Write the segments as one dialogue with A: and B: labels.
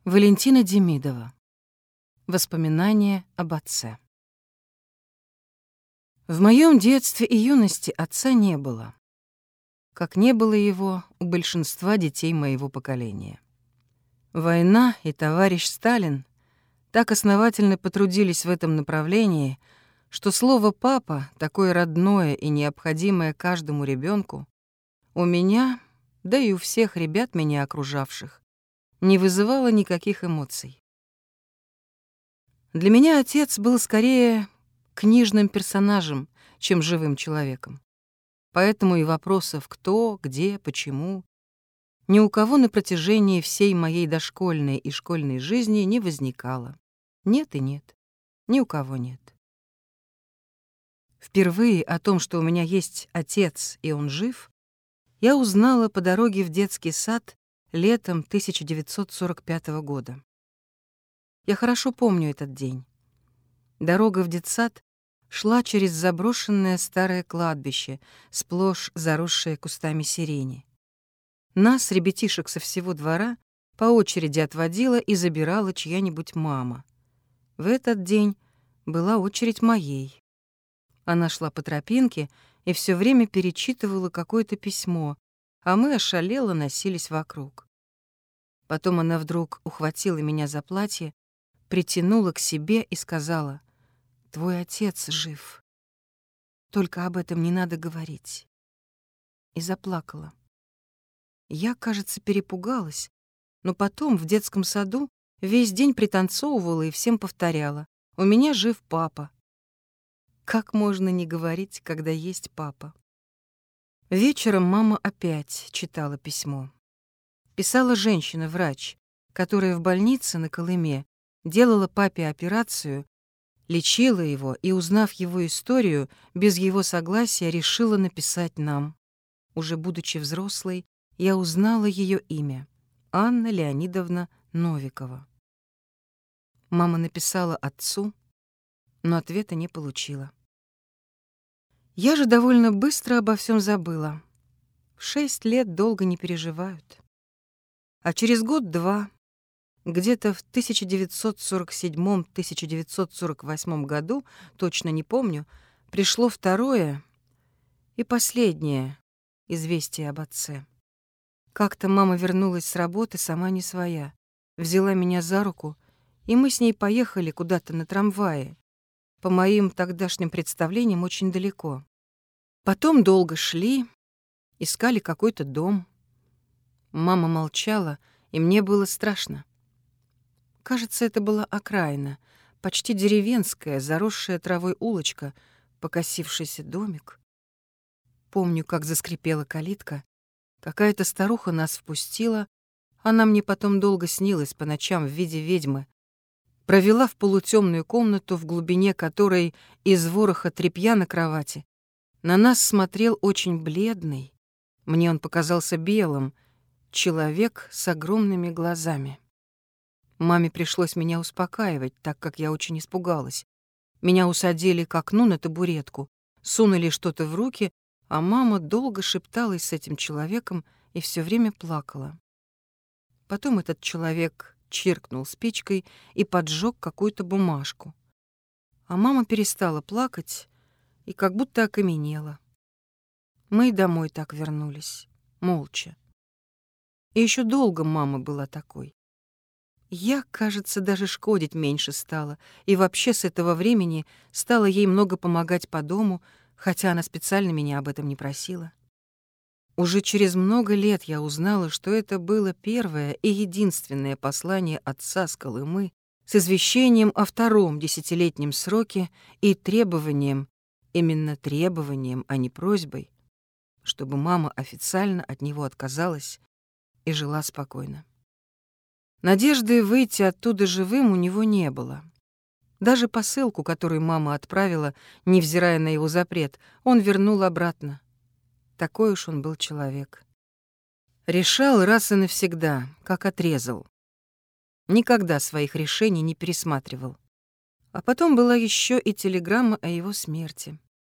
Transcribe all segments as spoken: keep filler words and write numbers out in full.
A: Валентина Демидова. Воспоминания об отце. В моем детстве и юности отца не было, как не было его у большинства детей моего поколения. Война и товарищ Сталин так основательно потрудились в этом направлении, что слово «папа», такое родное и необходимое каждому ребенку, у меня, да и у всех ребят, меня окружавших, не вызывало никаких эмоций. Для меня отец был скорее книжным персонажем, чем живым человеком. Поэтому и вопросов «кто», «где», «почему» ни у кого на протяжении всей моей дошкольной и школьной жизни не возникало. Нет и нет. Ни у кого нет. Впервые о том, что у меня есть отец и он жив, я узнала по дороге в детский сад летом тысяча девятьсот сорок пятого года. Я хорошо помню этот день. Дорога в детсад шла через заброшенное старое кладбище, сплошь заросшее кустами сирени. Нас, ребятишек со всего двора, по очереди отводила и забирала чья-нибудь мама. В этот день была очередь моей. Она шла по тропинке и все время перечитывала какое-то письмо, а мы ошалело носились вокруг. Потом она вдруг ухватила меня за платье, притянула к себе и сказала: «Твой отец жив. Только об этом не надо говорить». И заплакала. Я, кажется, перепугалась, но потом в детском саду весь день пританцовывала и всем повторяла: «У меня жив папа». Как можно не говорить, когда есть папа? Вечером мама опять читала письмо. Писала женщина-врач, которая в больнице на Колыме делала папе операцию, лечила его и, узнав его историю, без его согласия решила написать нам. Уже будучи взрослой, я узнала ее имя — Анна Леонидовна Новикова. Мама написала отцу, но ответа не получила. Я же довольно быстро обо всем забыла. В шесть лет долго не переживают. А через год-два, где-то в тысяча девятьсот сорок седьмом — тысяча девятьсот сорок восьмом году, точно не помню, пришло второе и последнее известие об отце. Как-то мама вернулась с работы сама не своя, взяла меня за руку, и мы с ней поехали куда-то на трамвае, по моим тогдашним представлениям очень далеко. Потом долго шли, искали какой-то дом. Мама молчала, и мне было страшно. Кажется, это была окраина, почти деревенская, заросшая травой улочка, покосившийся домик. Помню, как заскрипела калитка. Какая-то старуха нас впустила. Она мне потом долго снилась по ночам в виде ведьмы. Провела в полутемную комнату, в глубине которой из вороха тряпья на кровати на нас смотрел очень бледный, мне он показался белым, человек с огромными глазами. Маме пришлось меня успокаивать, так как я очень испугалась. Меня усадили к окну на табуретку, сунули что-то в руки, а мама долго шепталась с этим человеком и все время плакала. Потом этот человек чиркнул спичкой и поджег какую-то бумажку. А мама перестала плакать и как будто окаменела. Мы и домой так вернулись, молча. И еще долго мама была такой. Я, кажется, даже шкодить меньше стала, и вообще с этого времени стала ей много помогать по дому, хотя она специально меня об этом не просила. Уже через много лет я узнала, что это было первое и единственное послание отца с Колымы с извещением о втором десятилетнем сроке и требованием, именно требованием, а не просьбой, чтобы мама официально от него отказалась и жила спокойно. Надежды выйти оттуда живым у него не было. Даже посылку, которую мама отправила, невзирая на его запрет, он вернул обратно. Такой уж он был человек. Решал раз и навсегда, как отрезал. Никогда своих решений не пересматривал. А потом была еще и телеграмма о его смерти.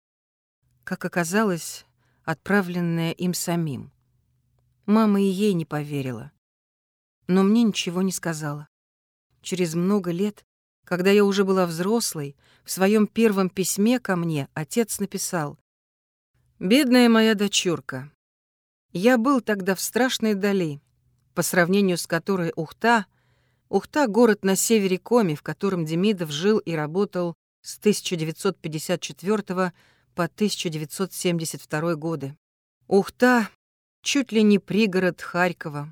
A: Как оказалось, отправленная им самим. Мама и ей не поверила. Но мне ничего не сказала. через много лет, когда я уже была взрослой, в своем первом письме ко мне отец написал: «Бедная моя дочурка, я был тогда в страшной дали, по сравнению с которой Ухта, Ухта — город на севере Коми, в котором Демидов жил и работал с тысяча девятьсот пятьдесят четвёртого по тысяча девятьсот семьдесят второй годы. Ухта — чуть ли не пригород Харькова,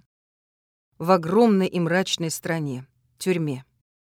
A: в огромной и мрачной стране, тюрьме.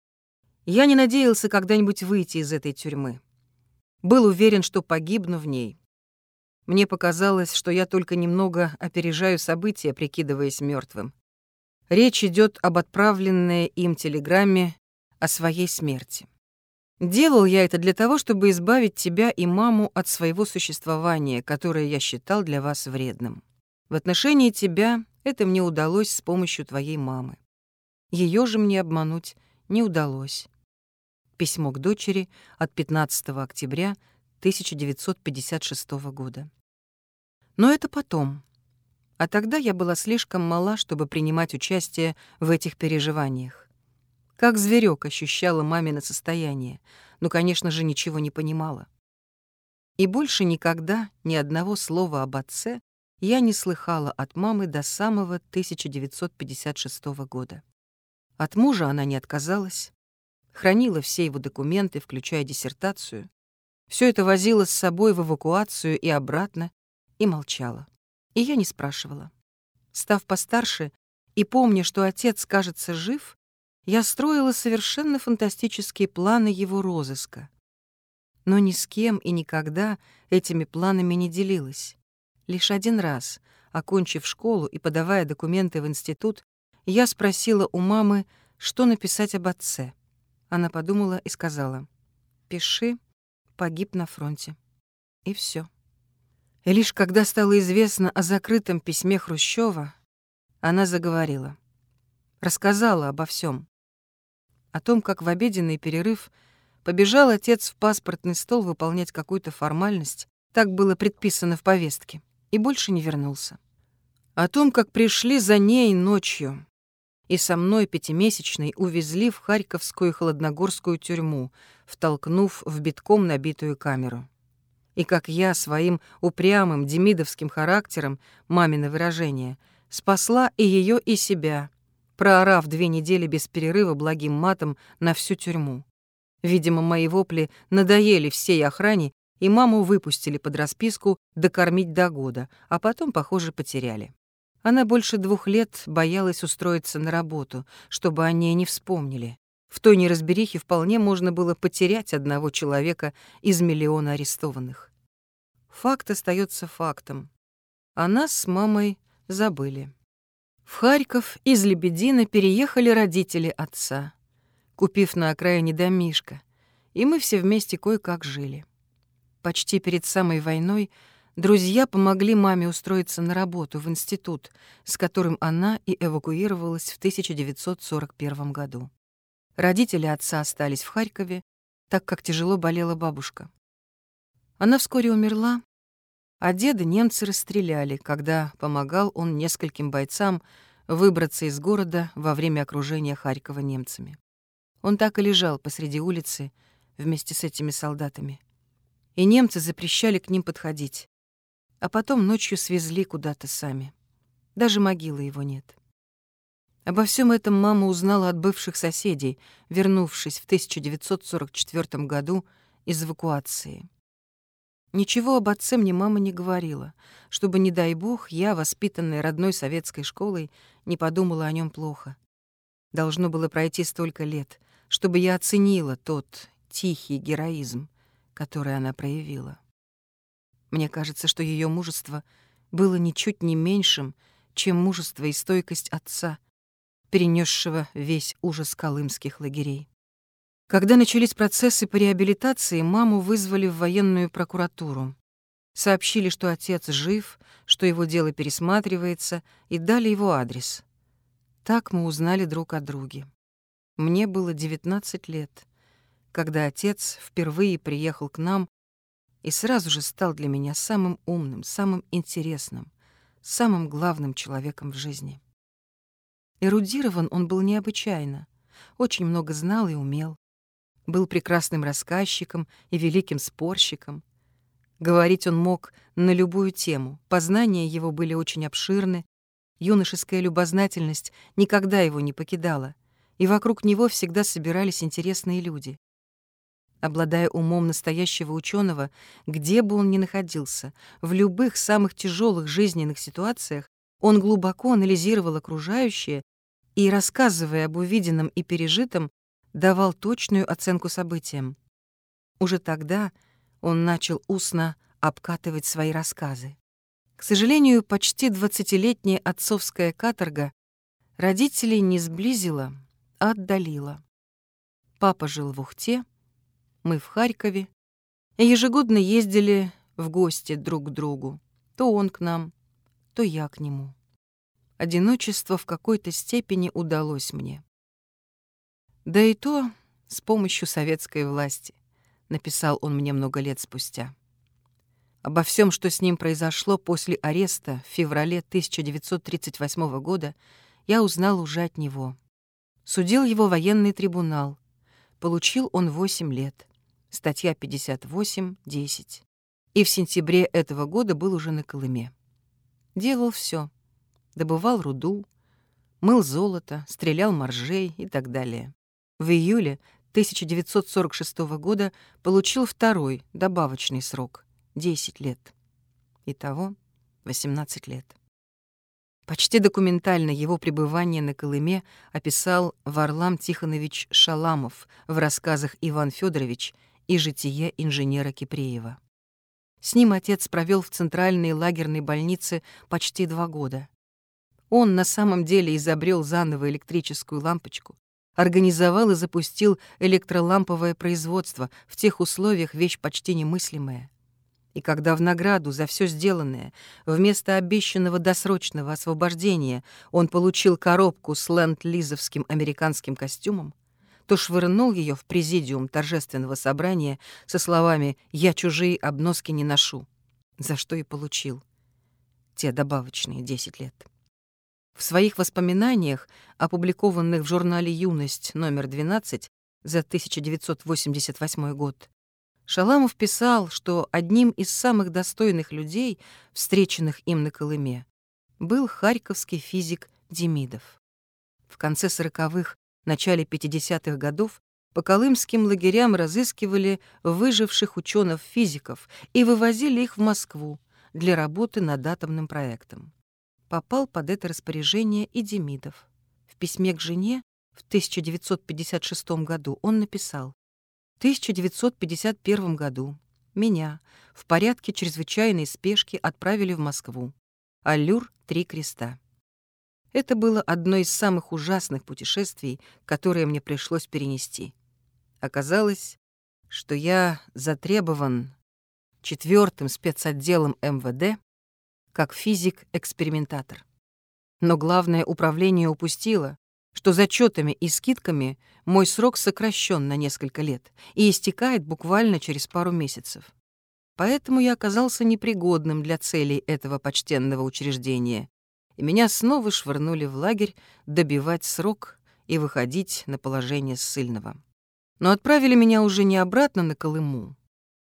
A: Я не надеялся когда-нибудь выйти из этой тюрьмы. Был уверен, что погибну в ней. Мне показалось, что я только немного опережаю события, прикидываясь мертвым. Речь идет об отправленной им телеграмме о своей смерти. Делал я это для того, чтобы избавить тебя и маму от своего существования, которое я считал для вас вредным. В отношении тебя это мне удалось с помощью твоей мамы. Ее же мне обмануть не удалось». Письмо к дочери от пятнадцатого октября тысяча девятьсот пятьдесят шестого года. Но это потом. А тогда я была слишком мала, чтобы принимать участие в этих переживаниях. Как зверёк ощущала мамино состояние, но, конечно же, ничего не понимала. И больше никогда ни одного слова об отце я не слыхала от мамы до самого тысяча девятьсот пятьдесят шестого года. От мужа она не отказалась, хранила все его документы, включая диссертацию. Все это возила с собой в эвакуацию и обратно, и молчала. И я не спрашивала. Став постарше и помня, что отец, кажется, жив, я строила совершенно фантастические планы его розыска. Но ни с кем и никогда этими планами не делилась. Лишь один раз, окончив школу и подавая документы в институт, я спросила у мамы, что написать об отце. Она подумала и сказала: «Пиши, погиб на фронте». И все. И лишь когда стало известно о закрытом письме Хрущева, она заговорила. Рассказала обо всем. О том, как в обеденный перерыв побежал отец в паспортный стол выполнять какую-то формальность, так было предписано в повестке, и больше не вернулся. О том, как пришли за ней ночью и со мной пятимесячной увезли в Харьковскую холодногорскую тюрьму, втолкнув в битком набитую камеру. И как я своим упрямым демидовским характером, мамино выражение, спасла и ее, и себя, проорав две недели без перерыва благим матом на всю тюрьму. Видимо, мои вопли надоели всей охране, и маму выпустили под расписку докормить до года, а потом, похоже, потеряли. Она больше двух лет боялась устроиться на работу, чтобы о ней не вспомнили. В той неразберихе вполне можно было потерять одного человека из миллиона арестованных. Факт остается фактом. О нас с мамой забыли. В Харьков из Лебедина переехали родители отца, купив на окраине домишко, и мы все вместе кое-как жили. Почти перед самой войной друзья помогли маме устроиться на работу в институт, с которым она и эвакуировалась в тысяча девятьсот сорок первом году. Родители отца остались в Харькове, так как тяжело болела бабушка. Она вскоре умерла, а деда немцы расстреляли, когда помогал он нескольким бойцам выбраться из города во время окружения Харькова немцами. Он так и лежал посреди улицы вместе с этими солдатами. И немцы запрещали к ним подходить. А потом ночью свезли куда-то сами. Даже могилы его нет. Обо всем этом мама узнала от бывших соседей, вернувшись в тысяча девятьсот сорок четвёртом году из эвакуации. Ничего об отце мне мама не говорила, чтобы, не дай бог, я, воспитанная родной советской школой, не подумала о нем плохо. Должно было пройти столько лет, чтобы я оценила тот тихий героизм, который она проявила. Мне кажется, что ее мужество было ничуть не меньшим, чем мужество и стойкость отца, перенесшего весь ужас колымских лагерей. Когда начались процессы по реабилитации, маму вызвали в военную прокуратуру. Сообщили, что отец жив, что его дело пересматривается, и дали его адрес. Так мы узнали друг о друге. Мне было девятнадцать лет, когда отец впервые приехал к нам и сразу же стал для меня самым умным, самым интересным, самым главным человеком в жизни. Эрудирован он был необычайно. очень много знал и умел. Был прекрасным рассказчиком и великим спорщиком. Говорить он мог на любую тему, познания его были очень обширны, юношеская любознательность никогда его не покидала, и вокруг него всегда собирались интересные люди. Обладая умом настоящего ученого, где бы он ни находился, в любых самых тяжелых жизненных ситуациях, он глубоко анализировал окружающее и, рассказывая об увиденном и пережитом, давал точную оценку событиям. Уже тогда он начал устно обкатывать свои рассказы. К сожалению, почти двадцатилетняя отцовская каторга родителей не сблизила, а отдалила. Папа жил в Ухте, мы в Харькове, и ежегодно ездили в гости друг к другу. То он к нам, то я к нему. Одиночество в какой-то степени удалось мне. Да и то с помощью советской власти, написал он мне много лет спустя. Обо всем, что с ним произошло после ареста в феврале тысяча девятьсот тридцать восьмого года, я узнал уже от него. Судил его военный трибунал. Получил он восемь лет. Статья пятьдесят восемь десять. И в сентябре этого года был уже на Колыме. Делал все: добывал руду, мыл золото, стрелял моржей и так далее. В июле тысяча девятьсот сорок шестого года получил второй добавочный срок — десять лет. Итого восемнадцать лет. Почти документально его пребывание на Колыме описал Варлам Тихонович Шаламов в рассказах «Иван Федорович» и «Житие инженера Кипреева». С ним отец провел в центральной лагерной больнице почти два года. Он на самом деле изобрел заново электрическую лампочку, организовал и запустил электроламповое производство, в тех условиях вещь почти немыслимая. И когда в награду за все сделанное вместо обещанного досрочного освобождения он получил коробку с ленд-лизовским американским костюмом, то швырнул ее в президиум торжественного собрания со словами «Я чужие обноски не ношу», за что и получил те добавочные десять лет. В своих воспоминаниях, опубликованных в журнале «Юность» номер двенадцать за тысяча девятьсот восемьдесят восьмой год, Шаламов писал, что одним из самых достойных людей, встреченных им на Колыме, был харьковский физик Демидов. В конце сороковых, начале пятидесятых годов по колымским лагерям разыскивали выживших ученых-физиков и вывозили их в Москву для работы над атомным проектом. Попал под это распоряжение и Демидов. В письме к жене в тысяча девятьсот пятьдесят шестом году он написал: «В тысяча девятьсот пятьдесят первом году меня в порядке чрезвычайной спешки отправили в Москву. Аллюр Три Креста. Это было одно из самых ужасных путешествий, которые мне пришлось перенести. Оказалось, что я затребован четвертым спецотделом эм вэ дэ как физик-экспериментатор. Но главное управление упустило, что зачетами и скидками мой срок сокращен на несколько лет и истекает буквально через пару месяцев. Поэтому я оказался непригодным для целей этого почтенного учреждения, и меня снова швырнули в лагерь добивать срок и выходить на положение ссыльного. Но отправили меня уже не обратно на Колыму,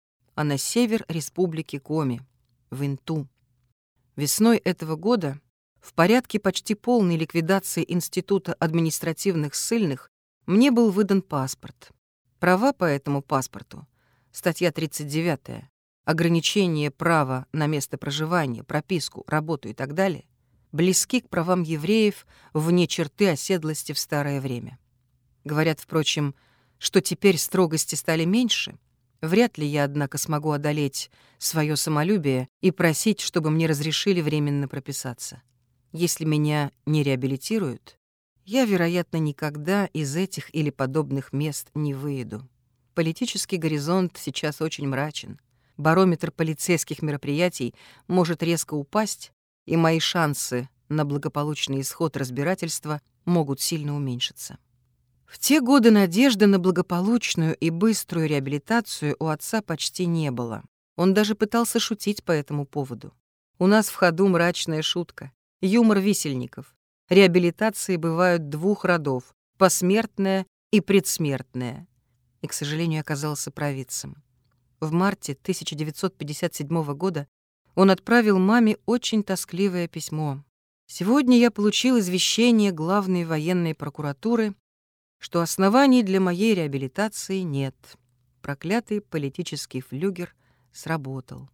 A: а на север республики Коми, в Инту. Весной этого года, в порядке почти полной ликвидации Института административных ссыльных, мне был выдан паспорт. Права по этому паспорту, статья тридцать девятая, ограничение права на место проживания, прописку, работу и так далее, близки к правам евреев вне черты оседлости в старое время. Говорят, впрочем, что теперь строгости стали меньше. Вряд ли я, однако, смогу одолеть свое самолюбие и просить, чтобы мне разрешили временно прописаться. Если меня не реабилитируют, я, вероятно, никогда из этих или подобных мест не выеду. Политический горизонт сейчас очень мрачен. Барометр полицейских мероприятий может резко упасть, и мои шансы на благополучный исход разбирательства могут сильно уменьшиться. В те годы надежды на благополучную и быструю реабилитацию у отца почти не было. Он даже пытался шутить по этому поводу. У нас в ходу мрачная шутка, юмор висельников. Реабилитации бывают двух родов: посмертное и предсмертное, и, к сожалению, оказался провидцем. В марте тысяча девятьсот пятьдесят седьмого года он отправил маме очень тоскливое письмо. «Сегодня я получил извещение главной военной прокуратуры, что оснований для моей реабилитации нет. Проклятый политический флюгер сработал».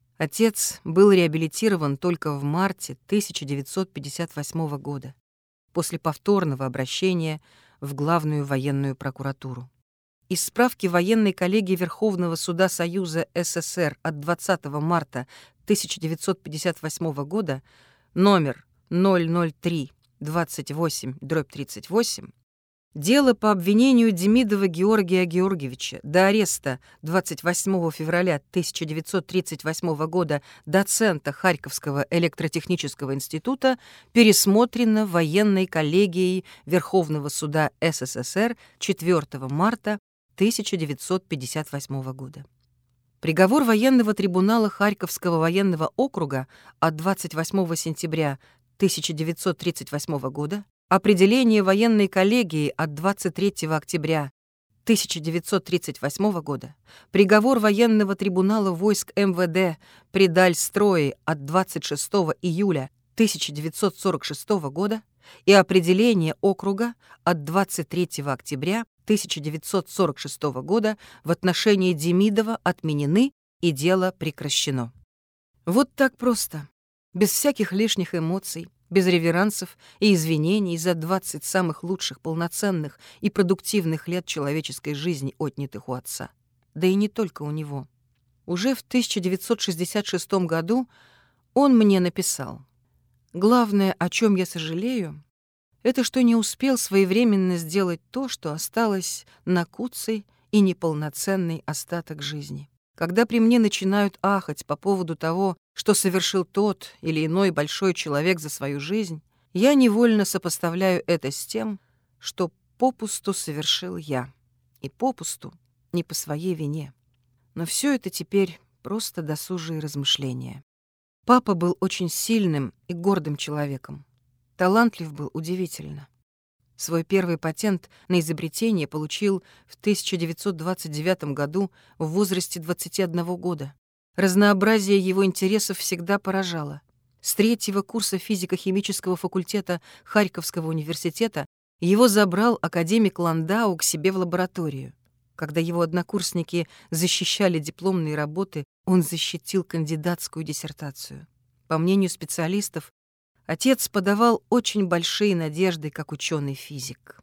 A: Отец был реабилитирован только в марте тысяча девятьсот пятьдесят восьмого года, после повторного обращения в главную военную прокуратуру. Из справки военной коллегии Верховного суда Союза СССР от двадцатого марта тысяча девятьсот пятьдесят восьмого года номер ноль ноль три двадцать восемь тридцать восемь дело по обвинению Демидова Георгия Георгиевича до ареста двадцать восьмого февраля тысяча девятьсот тридцать восьмого года доцента Харьковского электротехнического института пересмотрено военной коллегией Верховного суда СССР четвёртого марта тысяча девятьсот пятьдесят восьмого года. Приговор военного трибунала Харьковского военного округа от двадцать восьмого сентября тысяча девятьсот тридцать восьмого года, определение военной коллегии от двадцать третьего октября тысяча девятьсот тридцать восьмого года, приговор военного трибунала войск МВД при Дальстрое от двадцать шестого июля тысяча девятьсот сорок шестого года и определение округа от двадцать третьего октября тысяча девятьсот сорок шестого года в отношении Демидова отменены и дело прекращено. Вот так просто, без всяких лишних эмоций, без реверансов и извинений за двадцать самых лучших, полноценных и продуктивных лет человеческой жизни, отнятых у отца. Да и не только у него. Уже в тысяча девятьсот шестьдесят шестом году он мне написал: «Главное, о чем я сожалею, это что не успел своевременно сделать то, что осталось на куцый и неполноценный остаток жизни. Когда при мне начинают ахать по поводу того, что совершил тот или иной большой человек за свою жизнь, я невольно сопоставляю это с тем, что попусту совершил я. И попусту, не по своей вине. Но все это теперь просто досужие размышления. Папа был очень сильным и гордым человеком. Талантлив был удивительно. Свой первый патент на изобретение получил в тысяча девятьсот двадцать девятом году в возрасте двадцати одного года. Разнообразие его интересов всегда поражало. С третьего курса физико-химического факультета Харьковского университета его забрал академик Ландау к себе в лабораторию. Когда его однокурсники защищали дипломные работы, он защитил кандидатскую диссертацию. По мнению специалистов, отец подавал очень большие надежды как ученый-физик.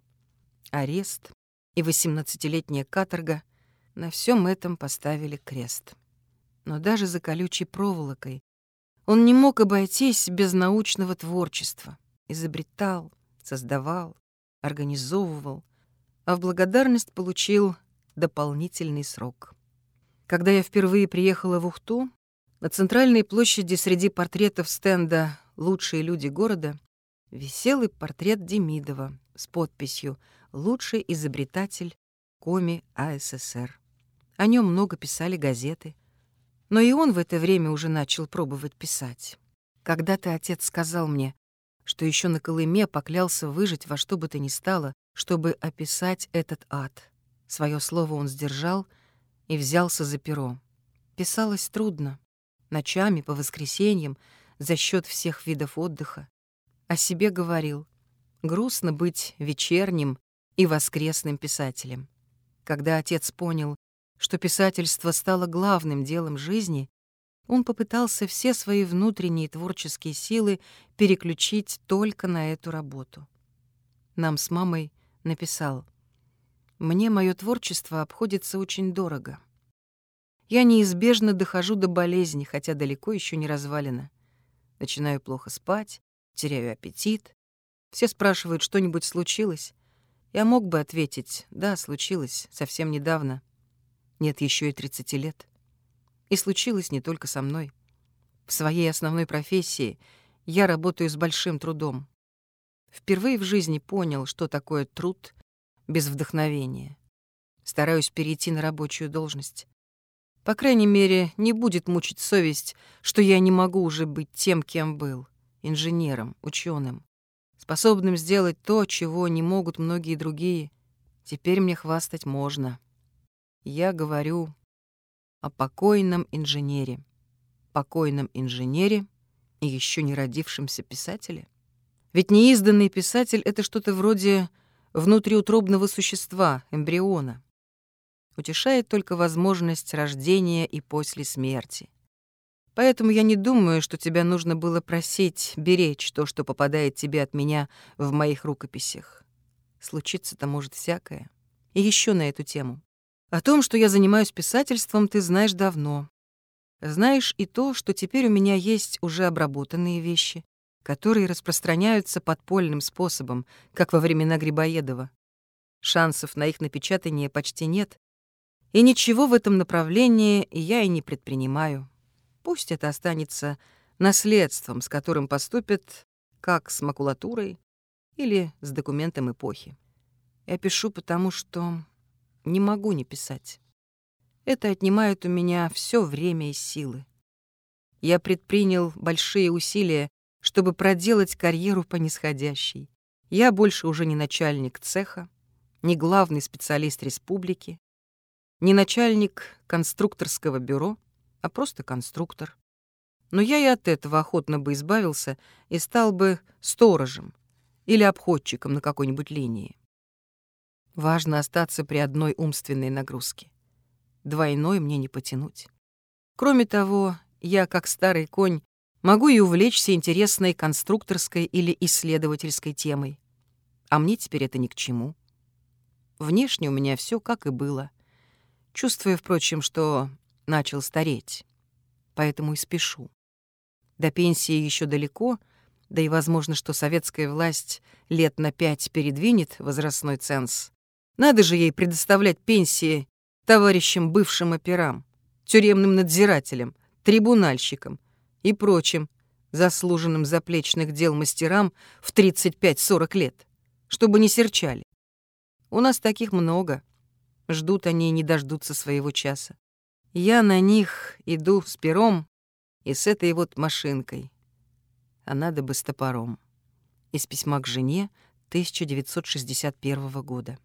A: Арест и восемнадцатилетняя каторга — на всем этом поставили крест. Но даже за колючей проволокой он не мог обойтись без научного творчества. Изобретал, создавал, организовывал, а в благодарность получил дополнительный срок. Когда я впервые приехала в Ухту, на центральной площади среди портретов стенда «Лучшие люди города» висел и портрет Демидова с подписью «Лучший изобретатель Коми АССР». О нем много писали газеты. Но и он в это время уже начал пробовать писать. Когда-то отец сказал мне, что еще на Колыме поклялся выжить во что бы то ни стало, чтобы описать этот ад. Своё слово он сдержал и взялся за перо. Писалось трудно, ночами, по воскресеньям, за счет всех видов отдыха. О себе говорил: грустно быть вечерним и воскресным писателем. Когда отец понял, что писательство стало главным делом жизни, он попытался все свои внутренние творческие силы переключить только на эту работу. Нам с мамой написал: «Мне мое творчество обходится очень дорого. Я неизбежно дохожу до болезни, хотя далеко еще не развалина. Начинаю плохо спать, теряю аппетит. Все спрашивают, что-нибудь случилось? Я мог бы ответить: да, случилось, совсем недавно. Нет еще и тридцати лет. И случилось не только со мной. В своей основной профессии я работаю с большим трудом. Впервые в жизни понял, что такое труд без вдохновения. Стараюсь перейти на рабочую должность. По крайней мере, не будет мучить совесть, что я не могу уже быть тем, кем был — инженером, ученым. способным сделать то, чего не могут многие другие. Теперь мне хвастать можно. Я говорю о покойном инженере. Покойном инженере и еще не родившемся писателе. Ведь неизданный писатель — это что-то вроде внутриутробного существа, эмбриона. Утешает только возможность рождения и после смерти. Поэтому я не думаю, что тебя нужно было просить беречь то, что попадает тебе от меня в моих рукописях. Случиться-то может всякое. И еще на эту тему. О том, что я занимаюсь писательством, ты знаешь давно. Знаешь и то, что теперь у меня есть уже обработанные вещи, которые распространяются подпольным способом, как во времена Грибоедова. Шансов на их напечатание почти нет, и ничего в этом направлении я и не предпринимаю. Пусть это останется наследством, с которым поступят как с макулатурой или с документом эпохи. Я пишу, потому что не могу не писать. Это отнимает у меня все время и силы. Я предпринял большие усилия, чтобы проделать карьеру по нисходящей. Я больше уже не начальник цеха, не главный специалист республики, не начальник конструкторского бюро, а просто конструктор. Но я и от этого охотно бы избавился и стал бы сторожем или обходчиком на какой-нибудь линии. Важно остаться при одной умственной нагрузке. Двойной мне не потянуть. Кроме того, я, как старый конь, могу и увлечься интересной конструкторской или исследовательской темой. А мне теперь это ни к чему. Внешне у меня все как и было. Чувствую, впрочем, что начал стареть. Поэтому и спешу. До пенсии еще далеко, да и возможно, что советская власть лет на пять передвинет возрастной ценз. Надо же ей предоставлять пенсии товарищам бывшим операм, тюремным надзирателям, трибунальщикам и прочим заслуженным заплечных дел мастерам в тридцать пять сорок лет, чтобы не серчали. У нас таких много. Ждут они и не дождутся своего часа. Я на них иду с пером и с этой вот машинкой. А надо бы с топором. Из письма к жене тысяча девятьсот шестьдесят первого года.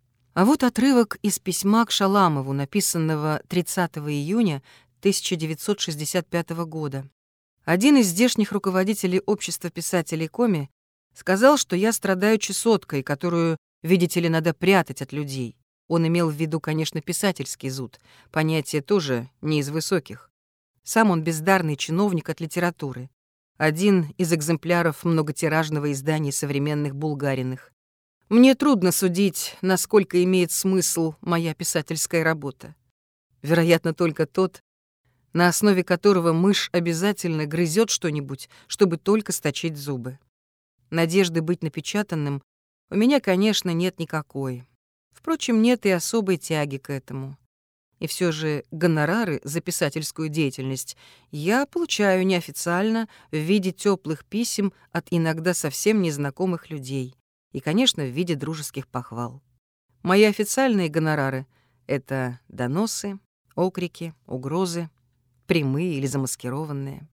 A: А вот отрывок из письма к Шаламову, написанного тридцатого июня тысяча девятьсот шестьдесят пятого года. Один из здешних руководителей общества писателей Коми сказал, что я страдаю чесоткой, которую, видите ли, надо прятать от людей. Он имел в виду, конечно, писательский зуд, понятие тоже не из высоких. Сам он бездарный чиновник от литературы. Один из экземпляров многотиражного издания современных Булгариных. Мне трудно судить, насколько имеет смысл моя писательская работа. Вероятно, только тот, на основе которого мышь обязательно грызет что-нибудь, чтобы только сточить зубы. Надежды быть напечатанным у меня, конечно, нет никакой. Впрочем, нет и особой тяги к этому. И все же гонорары за писательскую деятельность я получаю неофициально в виде теплых писем от иногда совсем незнакомых людей и, конечно, в виде дружеских похвал. Мои официальные гонорары — это доносы, окрики, угрозы, прямые или замаскированные.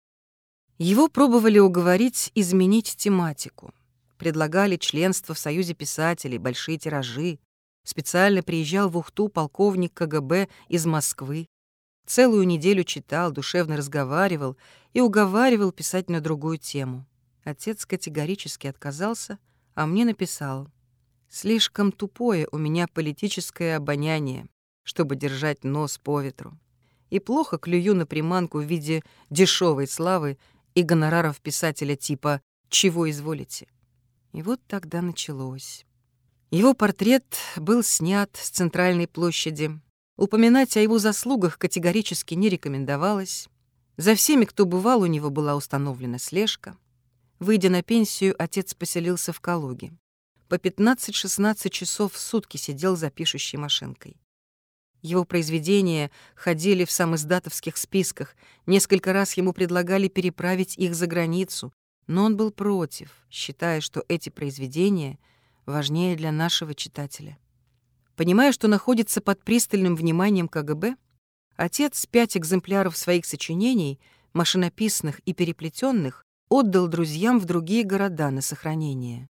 A: Его пробовали уговорить изменить тематику. Предлагали членство в Союзе писателей, большие тиражи. Специально приезжал в Ухту полковник ка гэ бэ из Москвы. Целую неделю читал, душевно разговаривал и уговаривал писать на другую тему. Отец категорически отказался, а мне написал: «Слишком тупое у меня политическое обоняние, чтобы держать нос по ветру. И плохо клюю на приманку в виде дешевой славы и гонораров писателя типа «Чего изволите?». И вот тогда началось. Его портрет был снят с центральной площади. Упоминать о его заслугах категорически не рекомендовалось. За всеми, кто бывал, у него была установлена слежка. Выйдя на пенсию, отец поселился в Калуге. По пятнадцать-шестнадцать часов в сутки сидел за пишущей машинкой. Его произведения ходили в самиздатовских списках, несколько раз ему предлагали переправить их за границу, но он был против, считая, что эти произведения важнее для нашего читателя. Понимая, что находится под пристальным вниманием ка гэ бэ, отец пять экземпляров своих сочинений, машинописных и переплетенных, отдал друзьям в другие города на сохранение.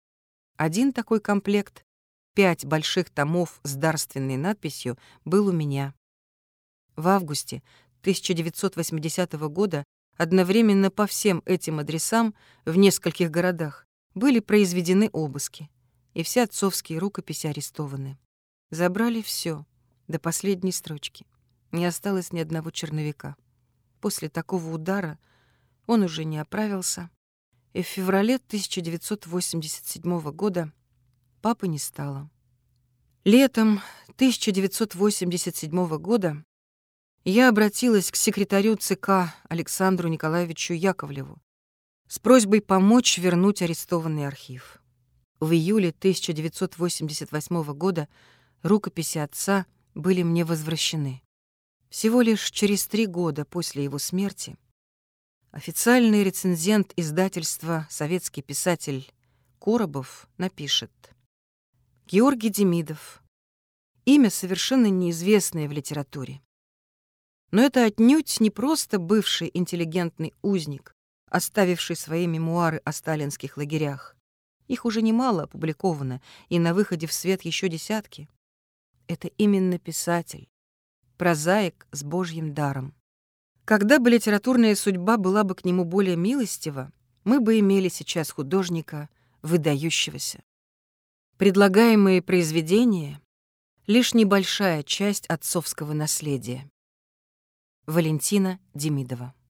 A: Один такой комплект, пять больших томов с дарственной надписью, был у меня. В августе тысяча девятьсот восьмидесятого года одновременно по всем этим адресам в нескольких городах были произведены обыски, и все отцовские рукописи арестованы. Забрали все до последней строчки. Не осталось ни одного черновика. После такого удара он уже не оправился, и в феврале тысяча девятьсот восемьдесят седьмого года папы не стало. Летом тысяча девятьсот восемьдесят седьмого года я обратилась к секретарю ЦК Александру Николаевичу Яковлеву с просьбой помочь вернуть арестованный архив. В июле тысяча девятьсот восемьдесят восьмого года рукописи отца были мне возвращены. Всего лишь через три года после его смерти официальный рецензент издательства «Советский писатель» Коробов напишет: Георгий Демидов. Имя совершенно неизвестное в литературе. Но это отнюдь не просто бывший интеллигентный узник, оставивший свои мемуары о сталинских лагерях. Их уже немало опубликовано, и на выходе в свет еще десятки. Это именно писатель, прозаик с божьим даром. Когда бы литературная судьба была бы к нему более милостива, мы бы имели сейчас художника выдающегося. Предлагаемые произведения — лишь небольшая часть отцовского наследия. Валентина Демидова.